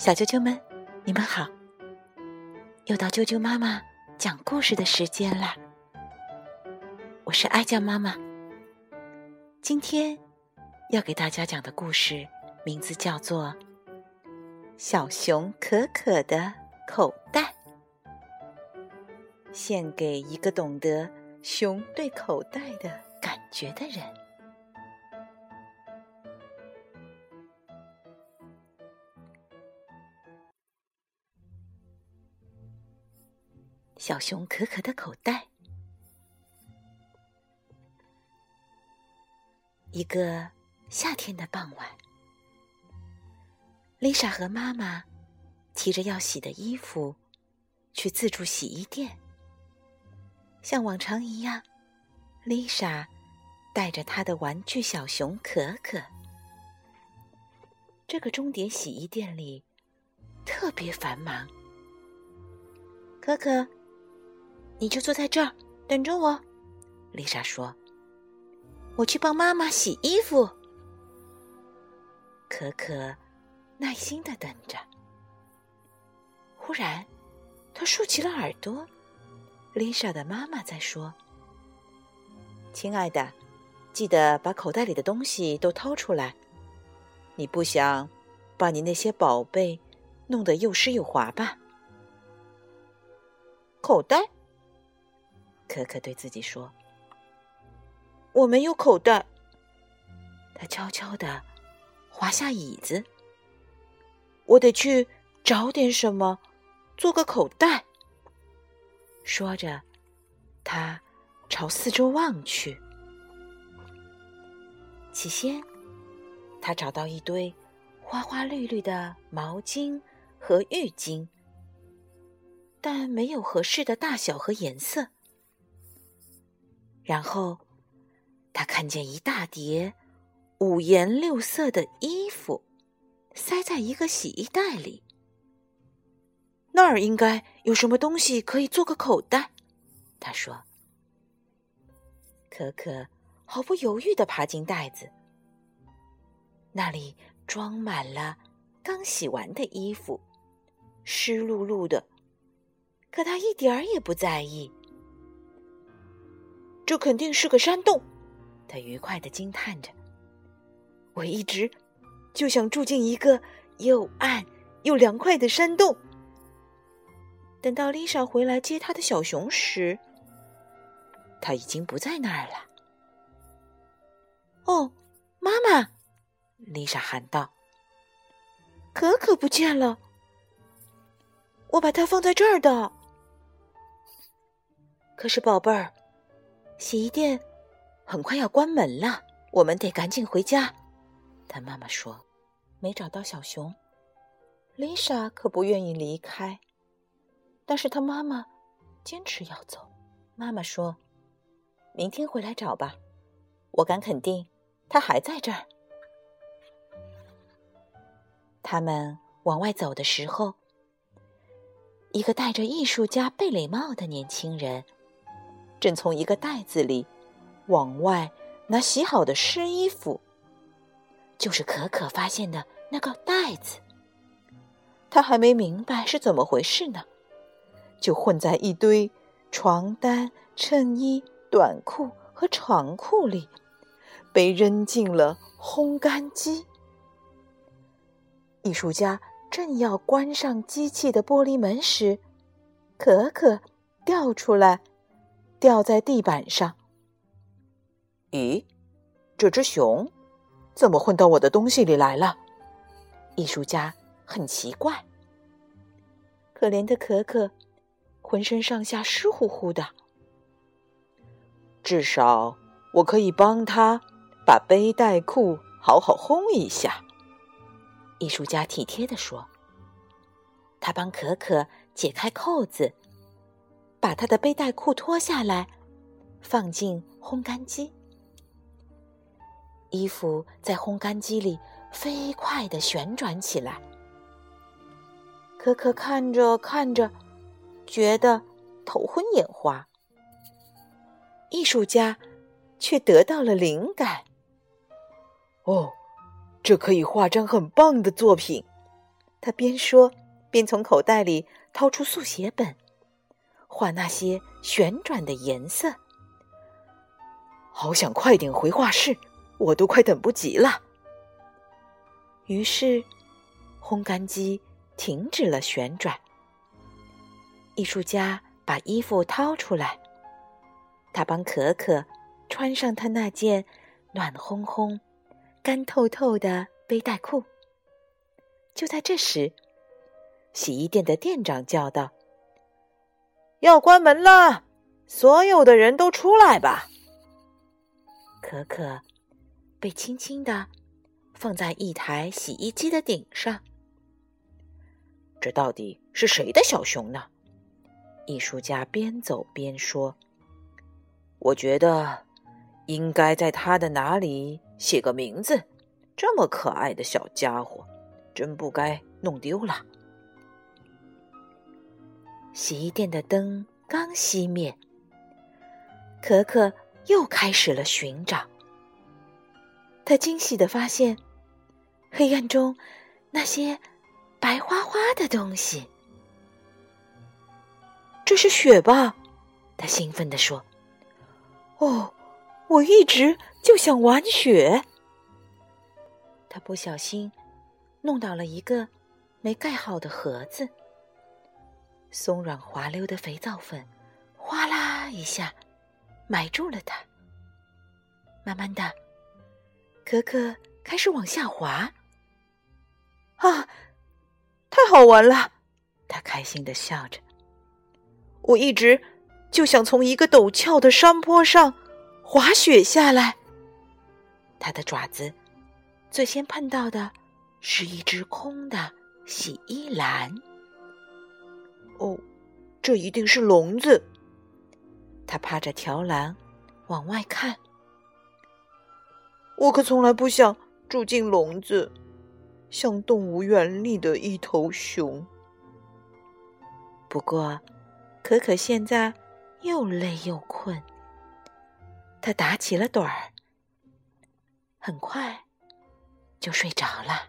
小啾啾们，你们好！又到啾啾妈妈讲故事的时间啦。我是爱酱妈妈。今天要给大家讲的故事名字叫做小熊可可的口袋，献给一个懂得熊对口袋的感觉的人。小熊可可的口袋。一个夏天的傍晚，丽莎和妈妈提着要洗的衣服去自助洗衣店。像往常一样，丽莎带着她的玩具小熊可可。这个钟点洗衣店里特别繁忙。可可，你就坐在这儿等着我，丽莎说。我去帮妈妈洗衣服。可可耐心地等着。忽然，她竖起了耳朵。丽莎的妈妈在说：“亲爱的，记得把口袋里的东西都掏出来。你不想把你那些宝贝弄得又湿又滑吧？”口袋？可可对自己说。我没有口袋。他悄悄地滑下椅子。我得去找点什么，做个口袋。说着，他朝四周望去。起先，他找到一堆花花绿绿的毛巾和浴巾，但没有合适的大小和颜色。然后他看见一大叠五颜六色的衣服塞在一个洗衣袋里。那儿应该有什么东西可以做个口袋，他说。可可毫不犹豫地爬进袋子，那里装满了刚洗完的衣服，湿漉漉的，可他一点儿也不在意。这肯定是个山洞，他愉快地惊叹着。我一直就想住进一个又暗又凉快的山洞。等到丽莎回来接她的小熊时，她已经不在那儿了。哦，妈妈，丽莎喊道。可可不见了。我把它放在这儿的。可是宝贝儿，洗衣店很快要关门了，我们得赶紧回家。他妈妈说。没找到小熊，丽莎可不愿意离开，但是她妈妈坚持要走。妈妈说，明天回来找吧，我敢肯定他还在这儿。他们往外走的时候，一个戴着艺术家贝雷帽的年轻人正从一个袋子里往外拿洗好的湿衣服，就是可可发现的那个袋子。他还没明白是怎么回事呢，就混在一堆床单、衬衣、短裤和长裤里，被扔进了烘干机。艺术家正要关上机器的玻璃门时，可可掉出来，掉在地板上。咦，这只熊怎么混到我的东西里来了？艺术家很奇怪。可怜的可可浑身上下湿乎乎的。至少我可以帮他把背带裤好好烘一下，艺术家体贴地说。他帮可可解开扣子，把他的背带裤脱下来，放进烘干机。衣服在烘干机里飞快地旋转起来。可可看着看着，觉得头昏眼花。艺术家却得到了灵感。哦，这可以画张很棒的作品， 他边说边从口袋里掏出速写本，画那些旋转的颜色。好想快点回画室，我都快等不及了。于是，烘干机停止了旋转。艺术家把衣服掏出来，他帮可可穿上他那件暖烘烘、干透透的背带裤。就在这时，洗衣店的店长叫道：“要关门了，所有的人都出来吧。”可可被轻轻地放在一台洗衣机的顶上。这到底是谁的小熊呢？艺术家边走边说：“我觉得应该在他的哪里写个名字，这么可爱的小家伙，真不该弄丢了。”洗衣店的灯刚熄灭，可可又开始了寻找。他惊喜地发现，黑暗中那些白花花的东西。这是雪吧？他兴奋地说。哦，我一直就想玩雪。他不小心弄倒了一个没盖好的盒子，松软滑溜的肥皂粉哗啦一下埋住了它。慢慢的，可可开始往下滑。啊，太好玩了！他开心地笑着。我一直就想从一个陡峭的山坡上滑雪下来。他的爪子最先碰到的是一只空的洗衣篮。哦，这一定是笼子。他趴着条栏往外看。我可从来不想住进笼子，像动物园里的一头熊。不过，可可现在又累又困，他打起了盹儿，很快就睡着了。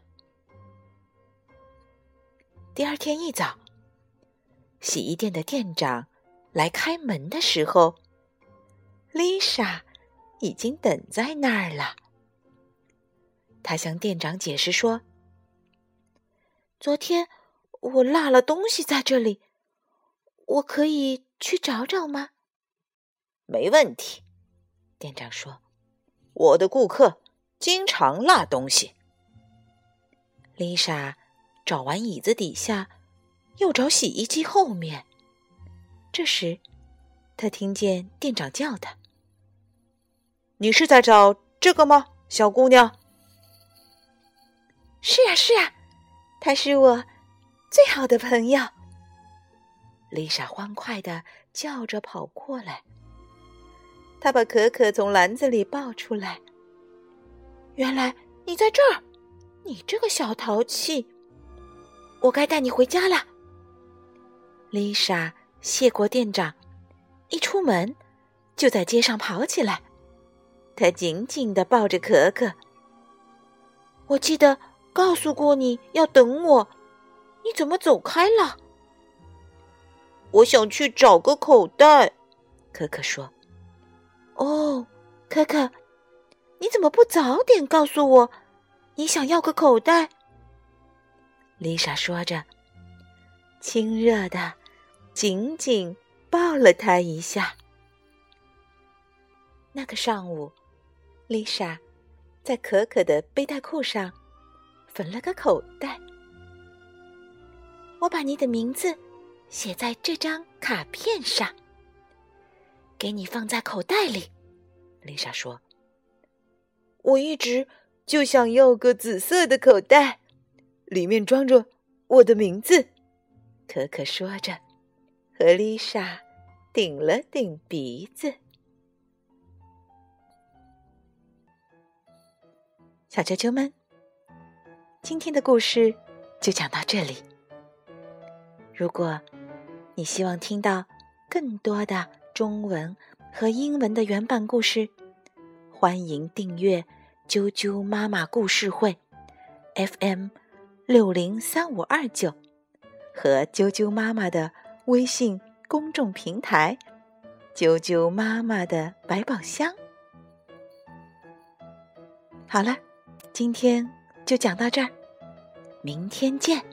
第二天一早，洗衣店的店长来开门的时候，丽莎已经等在那儿了。她向店长解释说：“昨天我落了东西在这里，我可以去找找吗？”“没问题。”店长说，“我的顾客经常落东西。”丽莎找完椅子底下，又找洗衣机后面。这时，她听见店长叫她：“你是在找这个吗，小姑娘？”“是呀，是呀，他是我最好的朋友。”丽莎欢快地叫着跑过来。她把可可从篮子里抱出来。“原来你在这儿，你这个小淘气，我该带你回家了。”丽莎谢过店长，一出门就在街上跑起来。她紧紧地抱着可可。“我记得告诉过你要等我，你怎么走开了？”“我想去找个口袋。”可可说。“哦，可可，你怎么不早点告诉我你想要个口袋？”丽莎说着，亲热地紧紧抱了他一下。那个上午，丽莎在可可的背带裤上缝了个口袋。“我把你的名字写在这张卡片上，给你放在口袋里。”丽莎说。“我一直就想要个紫色的口袋，里面装着我的名字。”可可说着，和丽莎顶了顶鼻子。小啾啾们，今天的故事就讲到这里。如果你希望听到更多的中文和英文的原版故事，欢迎订阅啾啾妈妈故事会 FM 603529和啾啾妈妈的微信公众平台啾啾妈妈的百宝箱。好了，今天就讲到这儿，明天见。